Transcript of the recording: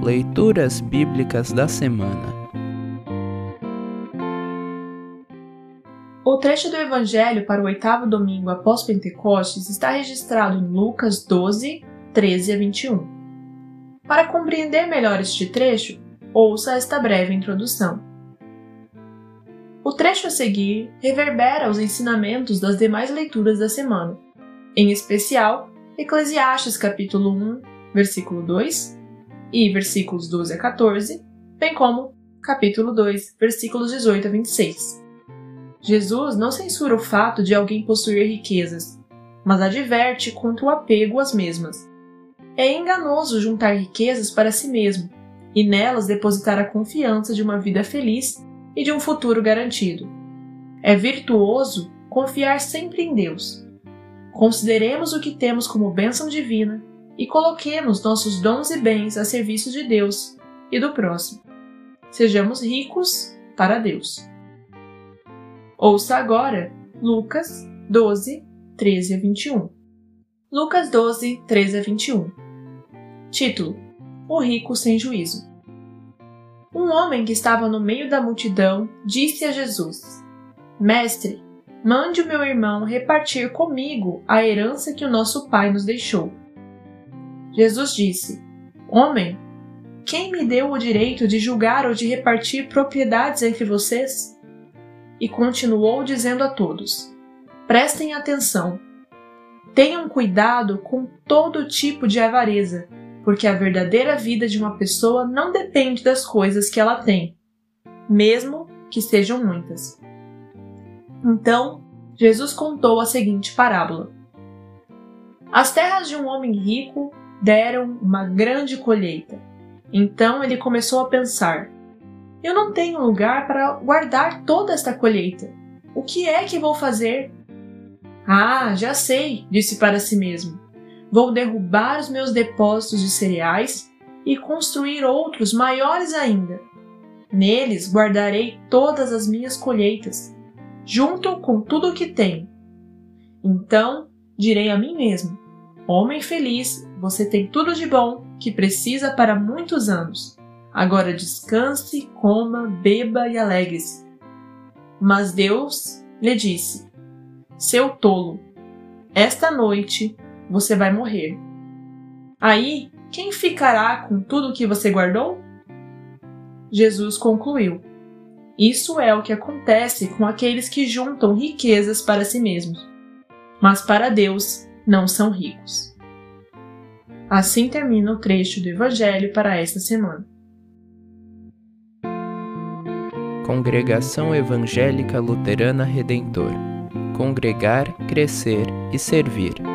Leituras Bíblicas da Semana. O trecho do Evangelho para o 8º domingo após Pentecostes está registrado em Lucas 12, 13 a 21. Para compreender melhor este trecho, ouça esta breve introdução. O trecho a seguir reverbera os ensinamentos das demais leituras da semana, em especial Eclesiastes capítulo 1, versículo 2 e versículos 12 a 14, bem como capítulo 2, versículos 18 a 26. Jesus não censura o fato de alguém possuir riquezas, mas adverte contra o apego às mesmas. É enganoso juntar riquezas para si mesmo e nelas depositar a confiança de uma vida feliz e de um futuro garantido. É virtuoso confiar sempre em Deus. Consideremos o que temos como bênção divina e coloquemos nossos dons e bens a serviço de Deus e do próximo. Sejamos ricos para Deus. Ouça agora Lucas 12, 13 a 21. Lucas 12, 13 a 21. Título: O rico sem juízo. Um homem que estava no meio da multidão disse a Jesus: Mestre, mande o meu irmão repartir comigo a herança que o nosso pai nos deixou. Jesus disse: Homem, quem me deu o direito de julgar ou de repartir propriedades entre vocês? E continuou dizendo a todos: Prestem atenção. Tenham cuidado com todo tipo de avareza, porque a verdadeira vida de uma pessoa não depende das coisas que ela tem, mesmo que sejam muitas. Então, Jesus contou a seguinte parábola. As terras de um homem rico deram uma grande colheita. Então ele começou a pensar: eu não tenho lugar para guardar toda esta colheita. O que é que vou fazer? Ah, já sei, disse para si mesmo. Vou derrubar os meus depósitos de cereais e construir outros maiores ainda. Neles guardarei todas as minhas colheitas, junto com tudo o que tenho. Então direi a mim mesmo: homem feliz, você tem tudo de bom que precisa para muitos anos. Agora descanse, coma, beba e alegre-se. Mas Deus lhe disse: seu tolo, esta noite você vai morrer. Aí, quem ficará com tudo o que você guardou? Jesus concluiu: isso é o que acontece com aqueles que juntam riquezas para si mesmos, mas para Deus não são ricos. Assim termina o trecho do Evangelho para esta semana. Congregação Evangélica Luterana Redentor. Congregar, crescer e servir.